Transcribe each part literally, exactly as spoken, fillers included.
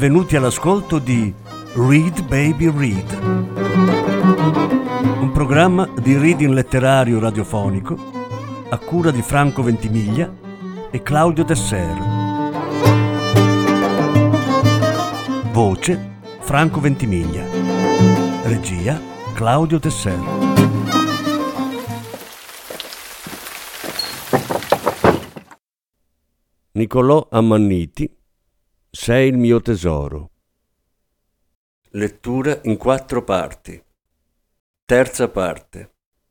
benvenuti all'ascolto di Read Baby Read, un programma di reading letterario radiofonico a cura di Franco Ventimiglia e Claudio Tesser. Voce Franco Ventimiglia. Regia Claudio Tesser. Niccolò Ammanniti, Sei il mio tesoro. Lettura in quattro parti. Terza parte.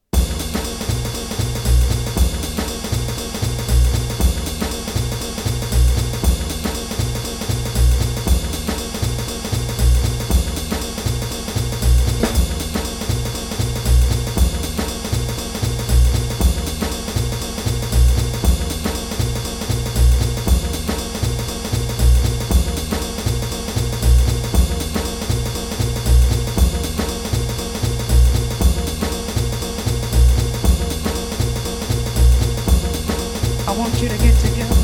I want you to get together.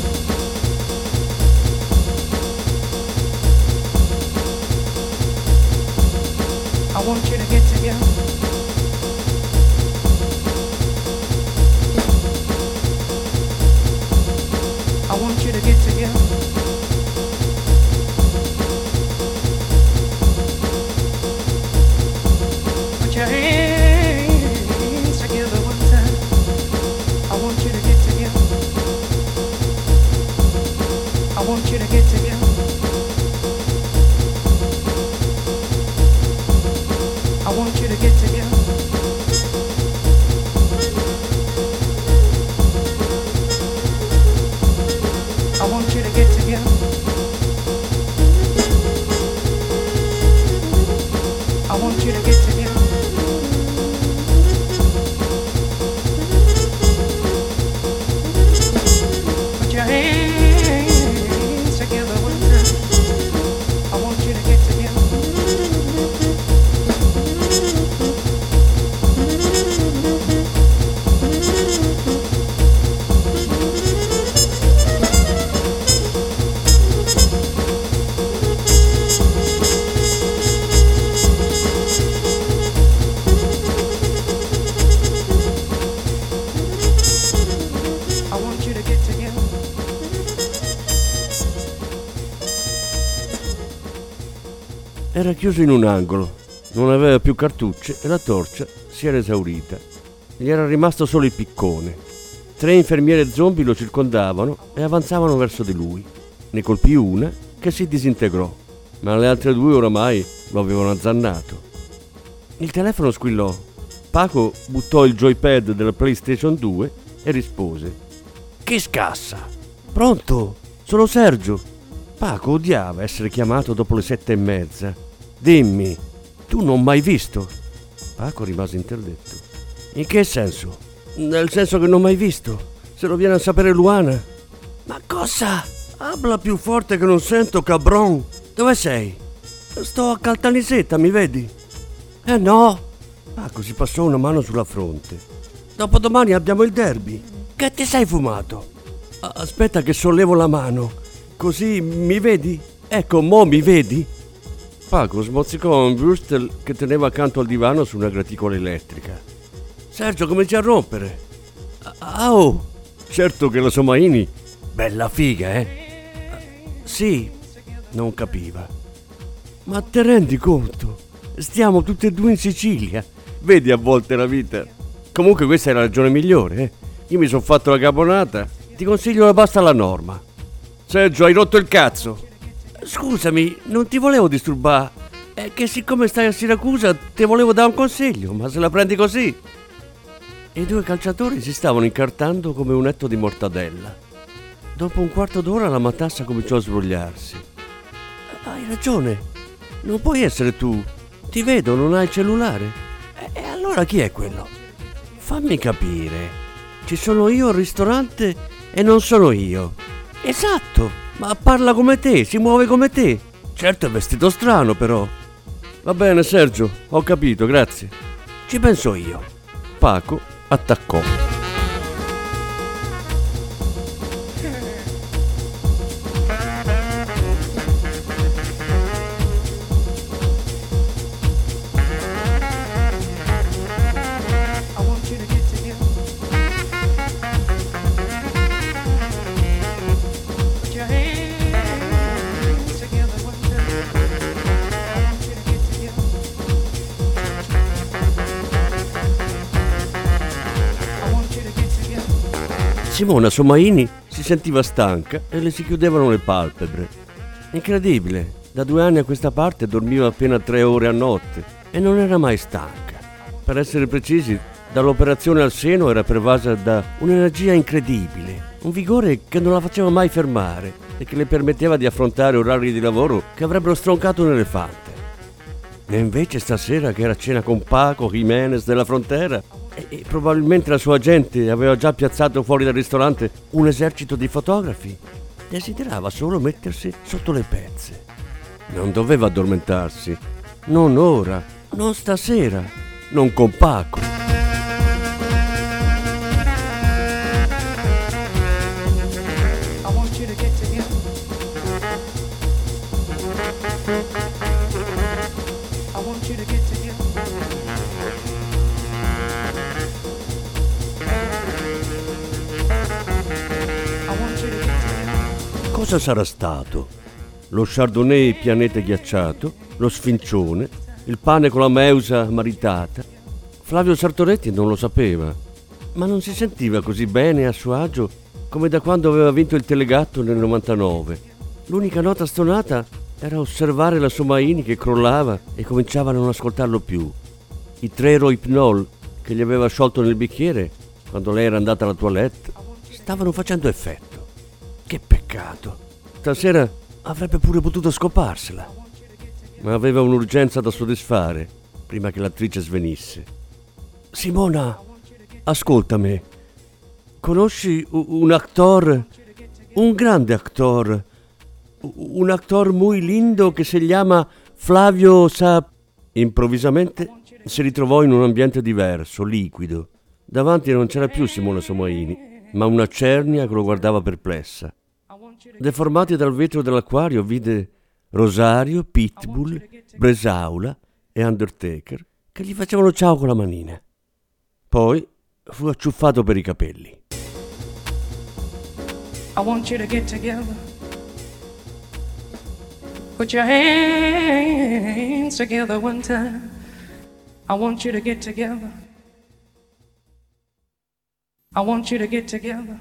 I want you to get together. I want you to get together. Put your hands together one time. I want you to get together. I want you to get together. I want you to get together. I want you to get together. I want you to get together. Put your hands together one time. I want you to get together. I want you to get together. Era chiuso in un angolo, non aveva più cartucce e la torcia si era esaurita. Gli era rimasto solo il piccone. Tre infermiere zombie lo circondavano e avanzavano verso di lui. Ne colpì una che si disintegrò, ma le altre due oramai lo avevano azzannato. Il telefono squillò. Paco buttò il joypad della PlayStation due e rispose: «Chi scassa?» «Pronto? Sono Sergio». Paco odiava essere chiamato dopo le sette e mezza. «Dimmi, tu non m'hai visto?» Paco rimase interdetto. «In che senso?» «Nel senso che non m'hai visto. Se lo viene a sapere Luana». «Ma cosa?» «Habla più forte che non sento, cabron». «Dove sei?» «Sto a Caltanissetta, mi vedi?» «Eh no». Paco si passò una mano sulla fronte. «Dopodomani abbiamo il derby. Che ti sei fumato?» «Aspetta che sollevo la mano. Così mi vedi? Ecco, mo mi vedi?» Paco smozzicò un Würstel che teneva accanto al divano su una graticola elettrica. «Sergio, cominci a rompere!» «Ah, oh! Certo che la Somaini, bella figa, eh?» «Sì», non capiva. «Ma te rendi conto? Stiamo tutti e due in Sicilia. Vedi a volte la vita. Comunque questa è la ragione migliore, eh? Io mi sono fatto la caponata. Ti consiglio la pasta alla norma». «Sergio, hai rotto il cazzo!» «Scusami, non ti volevo disturbare. È che siccome stai a Siracusa te volevo dare un consiglio, ma se la prendi così...» I due calciatori si stavano incartando come un etto di mortadella. Dopo un quarto d'ora la matassa cominciò a svogliarsi. «Hai ragione, non puoi essere tu. Ti vedo, non hai il cellulare. E allora chi è quello?» «Fammi capire. Ci sono io al ristorante e non sono io.» «Esatto, ma parla come te, si muove come te. Certo è vestito strano però.» «Va bene Sergio, ho capito, grazie. Ci penso io.» Paco attaccò. Simona Somaini si sentiva stanca e le si chiudevano le palpebre. Incredibile, da due anni a questa parte dormiva appena tre ore a notte e non era mai stanca. Per essere precisi, dall'operazione al seno era pervasa da un'energia incredibile, un vigore che non la faceva mai fermare e che le permetteva di affrontare orari di lavoro che avrebbero stroncato un elefante. E invece stasera, che era a cena con Paco Jimenez della Frontera, e, e probabilmente la sua gente aveva già piazzato fuori dal ristorante un esercito di fotografi, desiderava solo mettersi sotto le pezze. Non doveva addormentarsi, non ora, non stasera, non con Paco. I want you to get together. I want you to get together. I want you to get together. Cosa sarà stato? Lo Chardonnay pianeta ghiacciato, lo sfincione, il pane con la meusa maritata? Flavio Sartoretti non lo sapeva, ma non si sentiva così bene a suo agio come da quando aveva vinto il Telegatto nel novantanove. L'unica nota stonata era osservare la Somaini che crollava e cominciava a non ascoltarlo più. I tre Rohypnol che gli aveva sciolto nel bicchiere quando lei era andata alla toilette stavano facendo effetto. Che peccato! Stasera avrebbe pure potuto scoparsela, ma aveva un'urgenza da soddisfare prima che l'attrice svenisse. Simona, ascoltami. Conosci un actor, un grande actor, un actor muy lindo che si chiama Flavio Sa... Improvvisamente si ritrovò in un ambiente diverso, liquido. Davanti non c'era più Simona Somaini, ma una cernia che lo guardava perplessa. Deformati dal vetro dell'acquario vide Rosario, Pitbull, Bresaula e Undertaker che gli facevano ciao con la manina. Poi fu acciuffato per i capelli. I want you to get together. Put your hands together one time. I want you to get together. I want you to get together.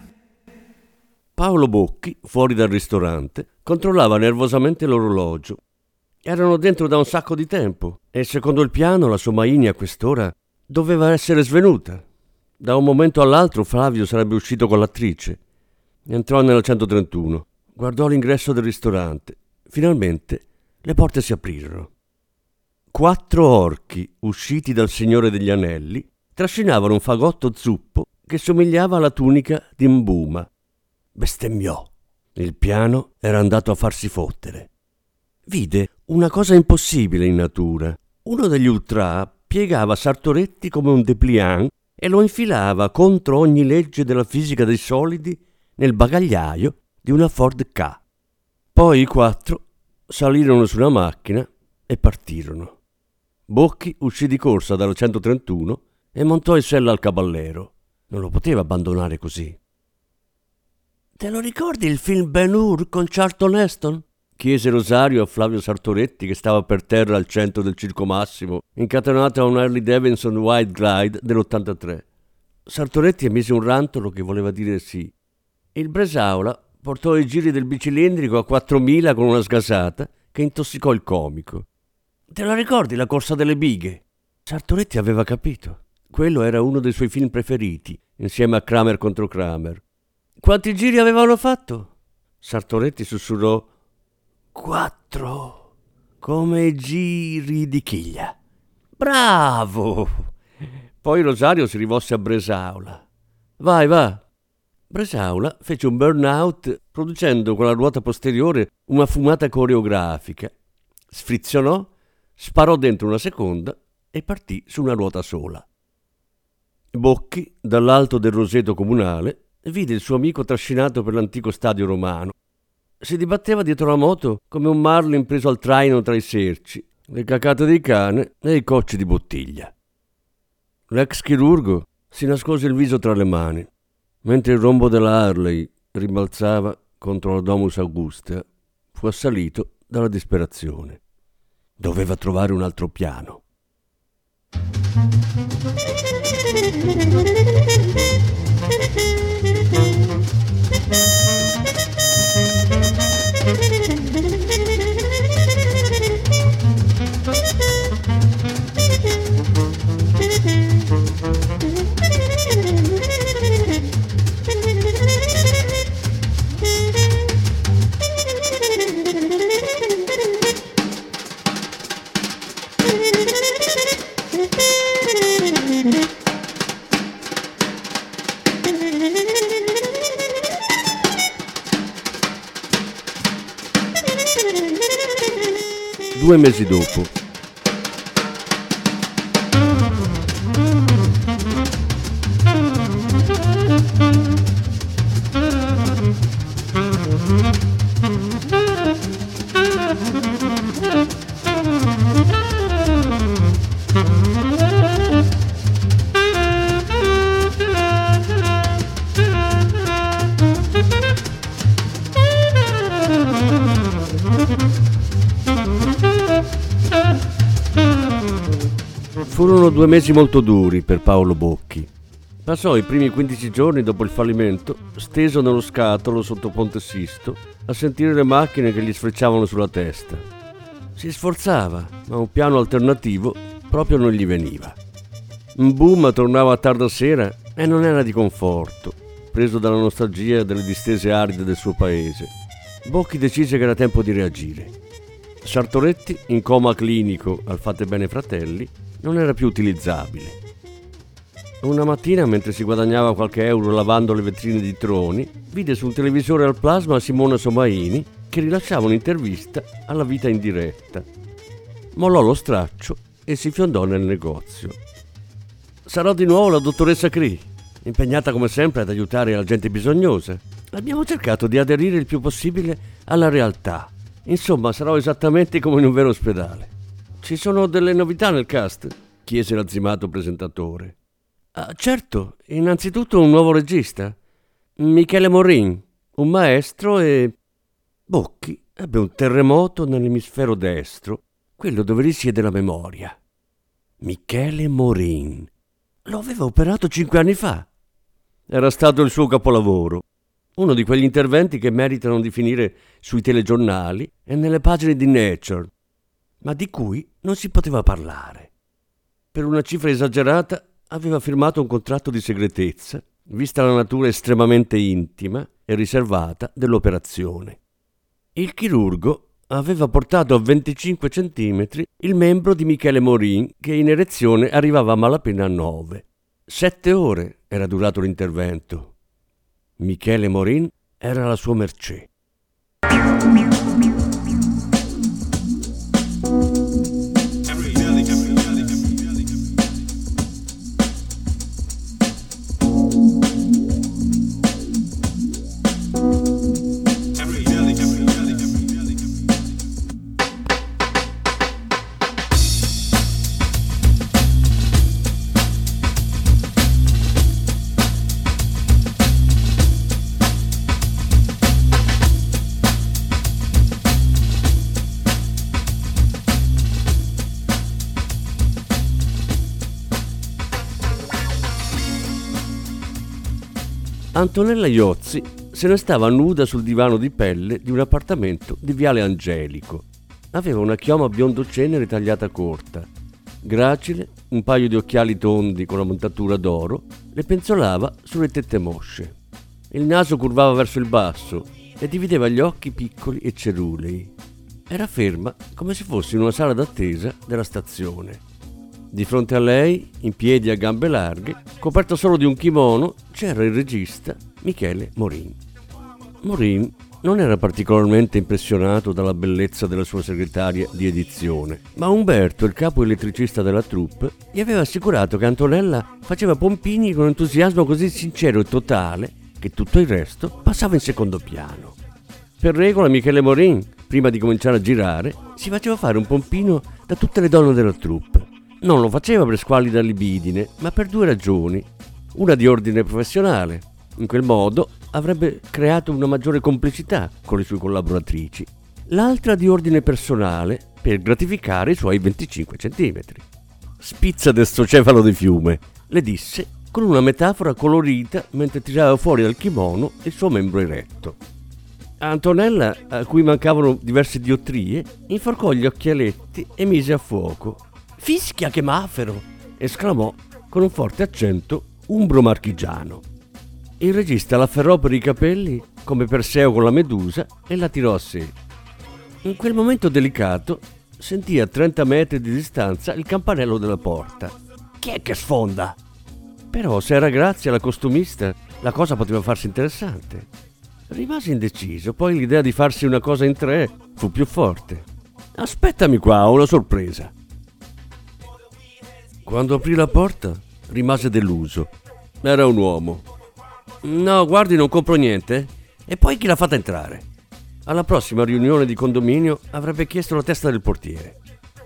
Paolo Bocchi, fuori dal ristorante, controllava nervosamente l'orologio. Erano dentro da un sacco di tempo e secondo il piano la Somaini a quest'ora doveva essere svenuta. Da un momento all'altro Flavio sarebbe uscito con l'attrice. Entrò nella centotrentuno, guardò l'ingresso del ristorante. Finalmente le porte si aprirono. Quattro orchi, usciti dal Signore degli Anelli, trascinavano un fagotto zuppo che somigliava alla tunica di Mbuma. Bestemmiò. Il piano era andato a farsi fottere. Vide una cosa impossibile in natura. Uno degli ultra piegava Sartoretti come un dépliant e lo infilava contro ogni legge della fisica dei solidi nel bagagliaio di una Ford Ka. Poi i quattro salirono su una macchina e partirono. Bocchi uscì di corsa dalla centotrentuno e montò in sella al caballero. Non lo poteva abbandonare così. «Te lo ricordi il film Ben-Hur con Charlton Heston?» chiese Rosario a Flavio Sartoretti che stava per terra al centro del Circo Massimo, incatenato a un Harley Davidson White Glide dell'ottantatré. Sartoretti emise un rantolo che voleva dire sì. Il Bresaula portò i giri del bicilindrico a quattromila con una sgasata che intossicò il comico. «Te la ricordi la corsa delle bighe?» Sartoretti aveva capito. Quello era uno dei suoi film preferiti, insieme a Kramer contro Kramer. «Quanti giri avevano fatto?» Sartoretti sussurrò: «Quattro, come i giri di chiglia». «Bravo!» Poi Rosario si rivolse a Bresaula. «Vai, va!» Bresaula fece un burnout producendo con la ruota posteriore una fumata coreografica. Sfrizionò, sparò dentro una seconda e partì su una ruota sola. Bocchi, dall'alto del roseto comunale, vide il suo amico trascinato per l'antico stadio romano. Si dibatteva dietro la moto come un marlin preso al traino tra i cerci, le cacate di cane e i cocci di bottiglia. L'ex chirurgo si nascose il viso tra le mani, mentre il rombo della Harley rimbalzava contro la Domus Augusta. Fu assalito dalla disperazione. Doveva trovare un altro piano. Thank you. Due mesi dopo. Furono due mesi molto duri per Paolo Bocchi. Passò i primi quindici giorni dopo il fallimento steso nello scatolo sotto Ponte Sisto a sentire le macchine che gli sfrecciavano sulla testa. Si sforzava, ma un piano alternativo proprio non gli veniva. Mbuma tornava a tarda sera e non era di conforto, preso dalla nostalgia delle distese aride del suo paese. Bocchi decise che era tempo di reagire. Sartoretti, in coma clinico al Fate Bene Fratelli, non era più utilizzabile. Una mattina, mentre si guadagnava qualche euro lavando le vetrine di Troni, vide su un televisore al plasma Simona Somaini che rilasciava un'intervista alla Vita in diretta. Mollò lo straccio e si fiondò nel negozio. Sarò di nuovo la dottoressa Cree, impegnata come sempre ad aiutare la gente bisognosa. Abbiamo cercato di aderire il più possibile alla realtà. Insomma, sarò esattamente come in un vero ospedale. Ci sono delle novità nel cast? Chiese l'azzimato presentatore. Ah, certo, innanzitutto un nuovo regista, Michele Morin, un maestro e... Bocchi ebbe un terremoto nell'emisfero destro, quello dove risiede la memoria. Michele Morin. Lo aveva operato cinque anni fa. Era stato il suo capolavoro, uno di quegli interventi che meritano di finire sui telegiornali e nelle pagine di Nature, ma di cui non si poteva parlare. Per una cifra esagerata aveva firmato un contratto di segretezza, vista la natura estremamente intima e riservata dell'operazione. Il chirurgo aveva portato a venticinque centimetri il membro di Michele Morin, che in erezione arrivava a malapena a nove. Sette ore era durato l'intervento. Michele Morin era la sua mercé. Antonella Iozzi se ne stava nuda sul divano di pelle di un appartamento di Viale Angelico. Aveva una chioma biondo cenere tagliata corta, gracile, un paio di occhiali tondi con la montatura d'oro, le penzolava sulle tette mosce. Il naso curvava verso il basso e divideva gli occhi piccoli e cerulei. Era ferma come se fosse in una sala d'attesa della stazione. Di fronte a lei, in piedi a gambe larghe, coperto solo di un kimono, c'era il regista Michele Morin. Morin non era particolarmente impressionato dalla bellezza della sua segretaria di edizione, ma Umberto, il capo elettricista della troupe, gli aveva assicurato che Antonella faceva pompini con entusiasmo così sincero e totale che tutto il resto passava in secondo piano. Per regola Michele Morin, prima di cominciare a girare, si faceva fare un pompino da tutte le donne della troupe. Non lo faceva per squallida libidine, ma per due ragioni. Una di ordine professionale. In quel modo avrebbe creato una maggiore complicità con le sue collaboratrici. L'altra di ordine personale, per gratificare i suoi venticinque centimetri. Spizza de sto cefalo di fiume, le disse con una metafora colorita mentre tirava fuori dal kimono il suo membro eretto. Antonella, a cui mancavano diverse diottrie, inforcò gli occhialetti e mise a fuoco. «Fischia che mafero!» esclamò con un forte accento umbro-marchigiano. Il regista l'afferrò per i capelli come Perseo con la Medusa e la tirò a sé. In quel momento delicato sentì a trenta metri di distanza il campanello della porta. «Chi è che sfonda?» Però se era grazie alla costumista, la cosa poteva farsi interessante. Rimase indeciso, poi l'idea di farsi una cosa in tre fu più forte. «Aspettami qua, ho una sorpresa». Quando aprì la porta, rimase deluso. Era un uomo. «No, guardi, non compro niente». E poi chi l'ha fatta entrare? Alla prossima riunione di condominio avrebbe chiesto la testa del portiere.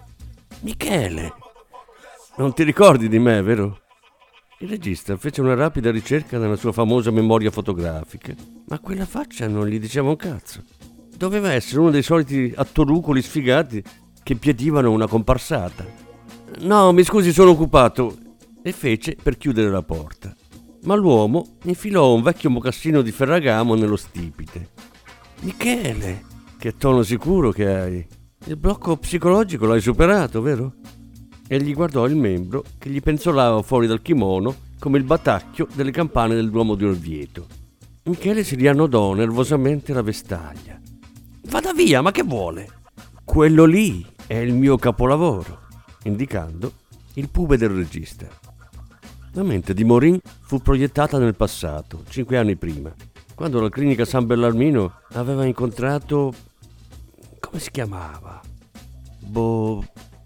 «Michele, non ti ricordi di me, vero?» Il regista fece una rapida ricerca nella sua famosa memoria fotografica, ma quella faccia non gli diceva un cazzo. Doveva essere uno dei soliti attorucoli sfigati che piedivano una comparsata. «No, mi scusi, sono occupato», e fece per chiudere la porta. Ma l'uomo infilò un vecchio mocassino di Ferragamo nello stipite. «Michele, che tono sicuro che hai! Il blocco psicologico l'hai superato, vero?» E gli guardò il membro che gli penzolava fuori dal kimono come il batacchio delle campane del Duomo di Orvieto. Michele si riannodò nervosamente la vestaglia. «Vada via, ma che vuole?» «Quello lì è il mio capolavoro», indicando il pube del regista. La mente di Morin fu proiettata nel passato, cinque anni prima, quando alla clinica San Bellarmino aveva incontrato... come si chiamava? Bo...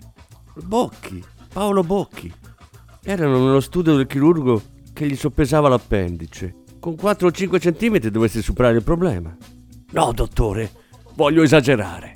Bocchi, Paolo Bocchi. Erano nello studio del chirurgo che gli soppesava l'appendice. Con quattro o cinque centimetri dovresti superare il problema. «No, dottore, voglio esagerare».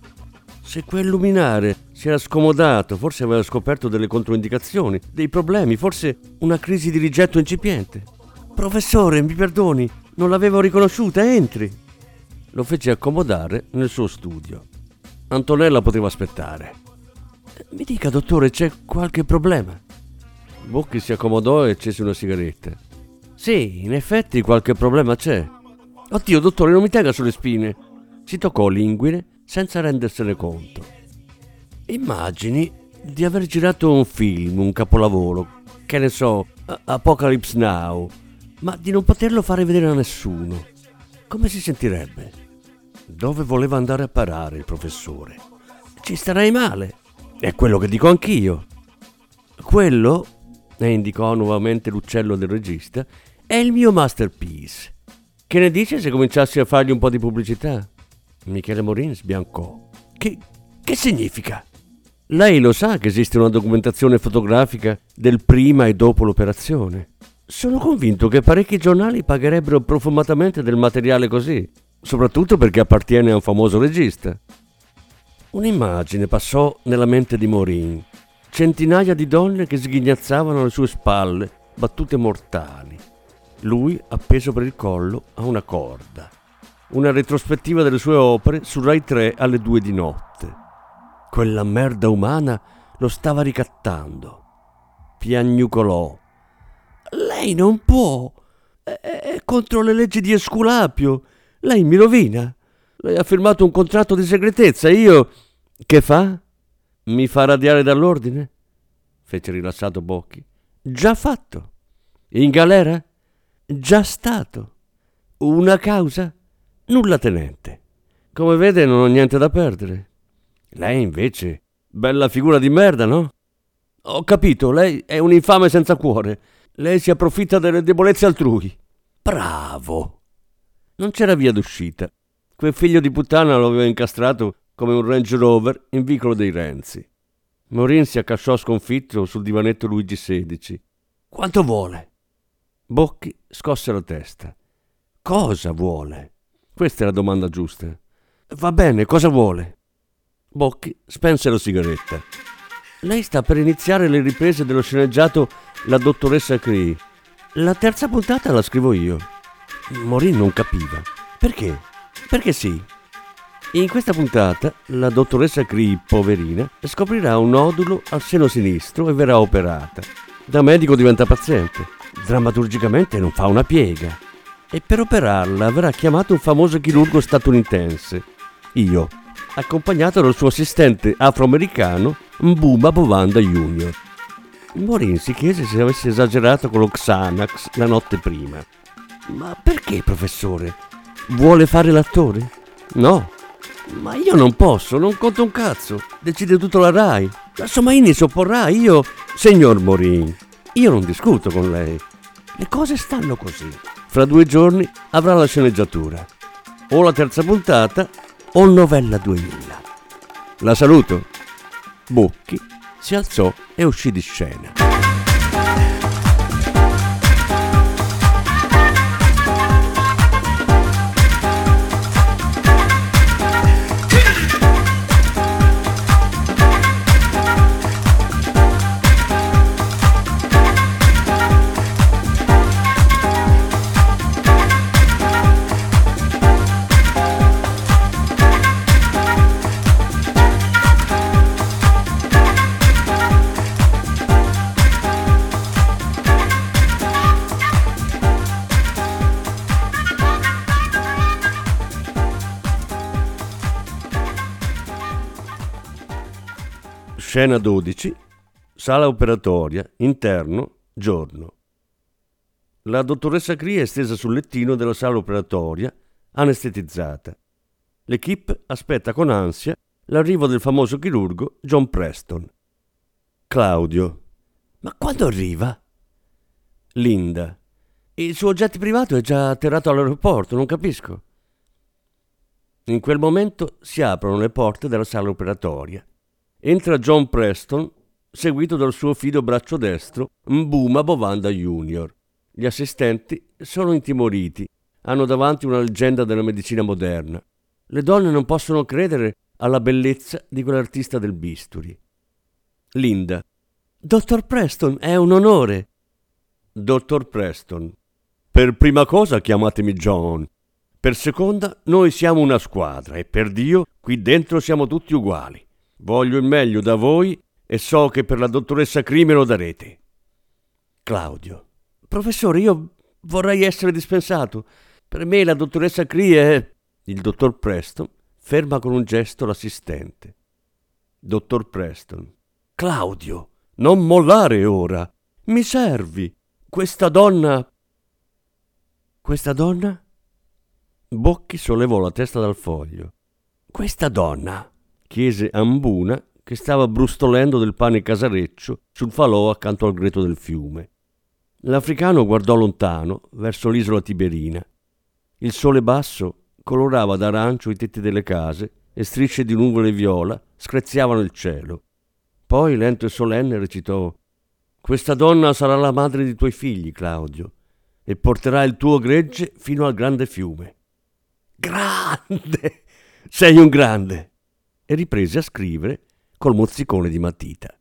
Se quel luminare si era scomodato, forse aveva scoperto delle controindicazioni, dei problemi, forse una crisi di rigetto incipiente. «Professore, mi perdoni, non l'avevo riconosciuta, entri». Lo fece accomodare nel suo studio. Antonella poteva aspettare. «Mi dica, dottore, c'è qualche problema?» Bocchi si accomodò e accese una sigaretta. «Sì, in effetti qualche problema c'è». «Oddio, dottore, non mi tenga sulle spine». Si toccò l'inguine senza rendersene conto. «Immagini di aver girato un film, un capolavoro, che ne so, Apocalypse Now, ma di non poterlo fare vedere a nessuno. Come si sentirebbe?» Dove voleva andare a parare il professore? «Ci starei male. È quello che dico anch'io». «Quello», e indicò nuovamente l'uccello del regista, «è il mio masterpiece. Che ne dice se cominciassi a fargli un po' di pubblicità?» Michele Morin sbiancò. Che, che significa?» «Lei lo sa che esiste una documentazione fotografica del prima e dopo l'operazione. Sono convinto che parecchi giornali pagherebbero profumatamente del materiale così, soprattutto perché appartiene a un famoso regista». Un'immagine passò nella mente di Morin. Centinaia di donne che sghignazzavano alle sue spalle, battute mortali. Lui appeso per il collo a una corda. Una retrospettiva delle sue opere su Rai tre alle due di notte. Quella merda umana lo stava ricattando. Piagnucolò. «Lei non può! È, è contro le leggi di Esculapio! Lei mi rovina! Lei ha firmato un contratto di segretezza, io...» «Che fa? Mi fa radiare dall'ordine?» fece rilassato Bocchi. «Già fatto. In galera? Già stato. Una causa? Nulla tenente. Come vede non ho niente da perdere. Lei invece, bella figura di merda, no? Ho capito, lei è un infame senza cuore. Lei si approfitta delle debolezze altrui. Bravo!» Non c'era via d'uscita. Quel figlio di puttana lo aveva incastrato come un Range Rover in vicolo dei Renzi. Morin si accasciò sconfitto sul divanetto Luigi sedici. «Quanto vuole?» Bocchi scosse la testa. «Cosa vuole?» Questa è la domanda giusta. «Va bene, cosa vuole?» Bocchi spense la sigaretta. «Lei sta per iniziare le riprese dello sceneggiato La dottoressa Cree. La terza puntata la scrivo io». Morin non capiva. «Perché?» «Perché sì. In questa puntata la dottoressa Cree, poverina, scoprirà un nodulo al seno sinistro e verrà operata. Da medico diventa paziente. drammaturgicamente non fa una piega e per operarla avrà chiamato un famoso chirurgo statunitense, io, accompagnato dal suo assistente afroamericano Mbuma Bovanda junior Morin si chiese se avesse esagerato con lo Xanax la notte prima. Ma perché, professore? Vuole fare l'attore? No. Ma io non posso, non conto un cazzo. Decide tutto la Rai. La Somaini si opporrà, io... Signor Morin, io non discuto con lei. Le cose stanno così. Fra due giorni avrà la sceneggiatura. O la terza puntata o novella duemila. La saluto. Bocchi si alzò e uscì di scena. Scena dodici, sala operatoria, interno, giorno. La dottoressa Cree è stesa sul lettino della sala operatoria, anestetizzata. L'equipe aspetta con ansia l'arrivo del famoso chirurgo John Preston. Claudio. Ma quando arriva? Linda. Il suo jet privato è già atterrato all'aeroporto, non capisco. In quel momento si aprono le porte della sala operatoria. Entra John Preston, seguito dal suo fido braccio destro, Mbuma Bovanda junior Gli assistenti sono intimoriti, hanno davanti una leggenda della medicina moderna. Le donne non possono credere alla bellezza di quell'artista del bisturi. Linda. Dottor Preston, è un onore. Dottor Preston. Per prima cosa chiamatemi John. Per seconda, noi siamo una squadra e per Dio qui dentro siamo tutti uguali. Voglio il meglio da voi e so che per la dottoressa Cree me lo darete. Claudio. Professore, io vorrei essere dispensato. Per me la dottoressa Cree è... Il dottor Preston ferma con un gesto l'assistente. Dottor Preston. Claudio, non mollare ora. Mi servi. Questa donna... Questa donna? Bocchi sollevò la testa dal foglio. Questa donna... chiese a Mbuna, che stava brustolendo del pane casareccio sul falò accanto al greto del fiume. L'africano guardò lontano, verso l'isola Tiberina. Il sole basso colorava d'arancio i tetti delle case e strisce di nuvole viola screziavano il cielo. Poi, lento e solenne, recitò: «Questa donna sarà la madre di tuoi figli, Claudio, e porterà il tuo gregge fino al grande fiume». «Grande! Sei un grande!» e riprese a scrivere col mozzicone di matita.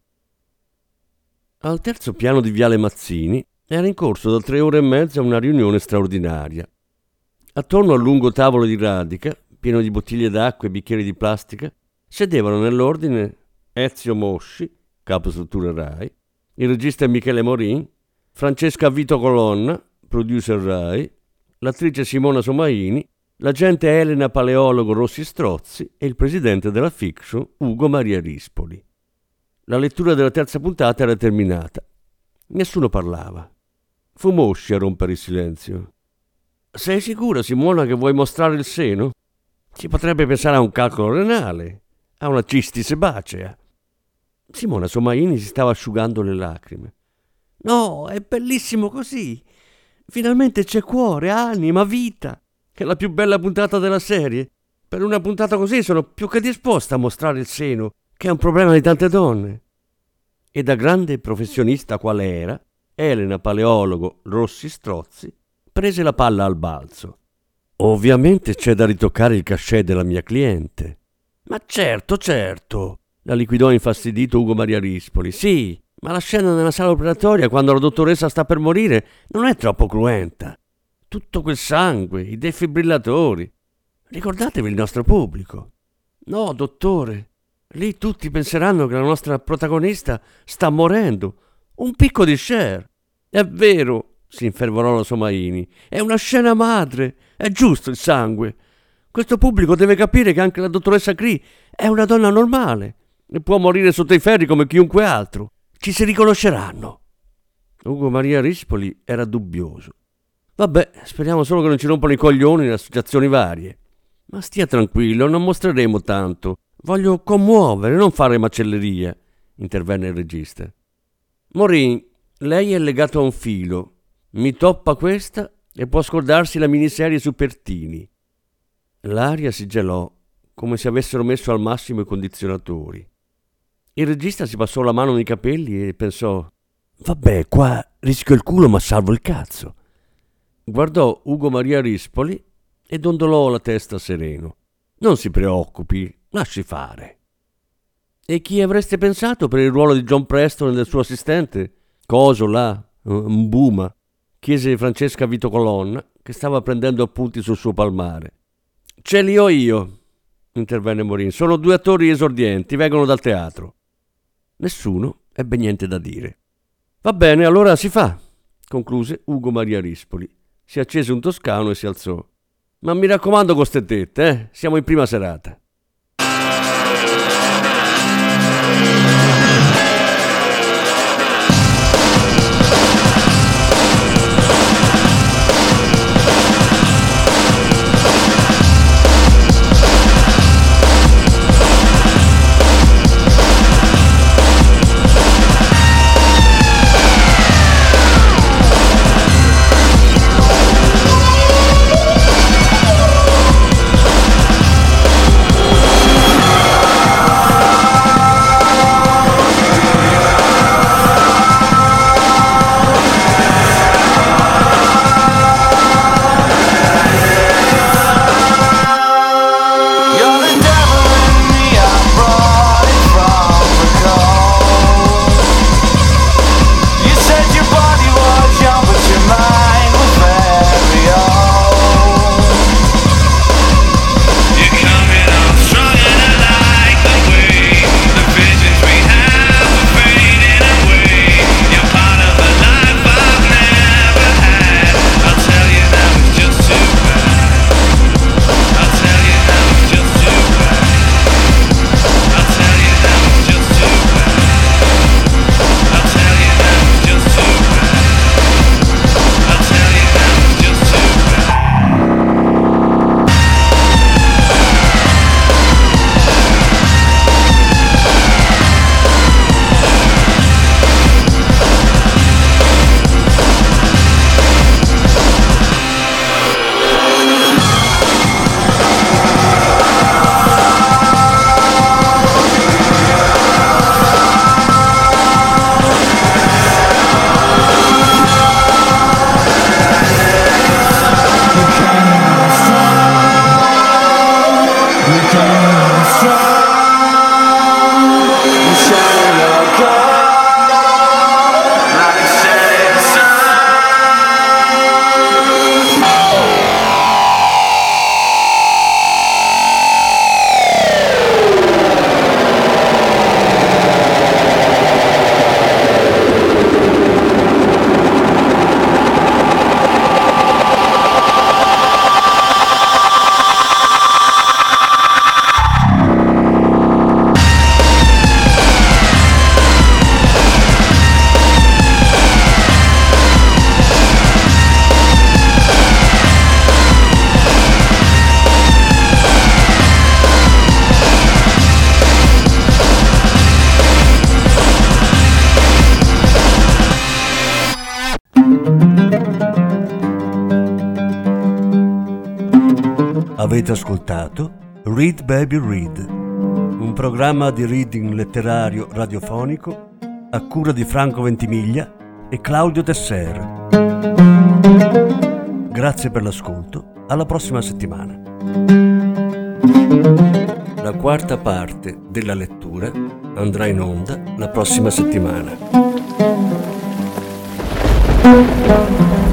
Al terzo piano di Viale Mazzini era in corso da tre ore e mezza una riunione straordinaria. Attorno al lungo tavolo di radica, pieno di bottiglie d'acqua e bicchieri di plastica, sedevano nell'ordine Ezio Mosci, capo struttura Rai, il regista Michele Morin, Francesca Vito Colonna, producer Rai, l'attrice Simona Somaini, l'agente Elena Paleologo Rossi Strozzi e il presidente della Fiction Ugo Maria Rispoli. La lettura della terza puntata era terminata. Nessuno parlava. Fu Mosci a rompere il silenzio. «Sei sicura, Simona, che vuoi mostrare il seno? Si potrebbe pensare a un calcolo renale, a una cisti sebacea». Simona Somaini si stava asciugando le lacrime. «No, è bellissimo così. Finalmente c'è cuore, anima, vita. È la più bella puntata della serie. Per una puntata così sono più che disposta a mostrare il seno, che è un problema di tante donne». E da grande professionista qual era, Elena Paleologo Rossi Strozzi prese la palla al balzo. «Ovviamente c'è da ritoccare il cachet della mia cliente». «Ma certo, certo», la liquidò infastidito Ugo Maria Rispoli. «Sì, ma la scena nella sala operatoria quando la dottoressa sta per morire non è troppo cruenta. Tutto quel sangue, i defibrillatori. Ricordatevi il nostro pubblico». «No, dottore, lì tutti penseranno che la nostra protagonista sta morendo. Un picco di share». «È vero, si infervorò la Somaini. È una scena madre, è giusto il sangue. Questo pubblico deve capire che anche la dottoressa Cree è una donna normale e può morire sotto i ferri come chiunque altro. Ci si riconosceranno. Ugo Maria Rispoli era dubbioso. Vabbè, speriamo solo che non ci rompano i coglioni le associazioni varie. Ma stia tranquillo, non mostreremo tanto. Voglio commuovere, non fare macelleria, intervenne il regista. Morin, lei è legato a un filo. Mi toppa questa e può scordarsi la miniserie su Pertini. L'aria si gelò, come se avessero messo al massimo i condizionatori. Il regista si passò la mano nei capelli e pensò: vabbè, qua rischio il culo ma salvo il cazzo. Guardò Ugo Maria Rispoli e dondolò la testa sereno. Non si preoccupi, lasci fare. E chi avreste pensato per il ruolo di John Preston e del suo assistente? Coso là, Mbuma, chiese Francesca Vito Colonna, che stava prendendo appunti sul suo palmare. Ce li ho io, intervenne Morin. Sono due attori esordienti, vengono dal teatro. Nessuno ebbe niente da dire. Va bene, allora si fa, concluse Ugo Maria Rispoli. Si accese un toscano e si alzò. Ma mi raccomando con ste tette, eh? Siamo in prima serata. Avete ascoltato Read Baby Read, un programma di reading letterario radiofonico a cura di Franco Ventimiglia e Claudio Tesser. Grazie per l'ascolto, alla prossima settimana. La quarta parte della lettura andrà in onda la prossima settimana.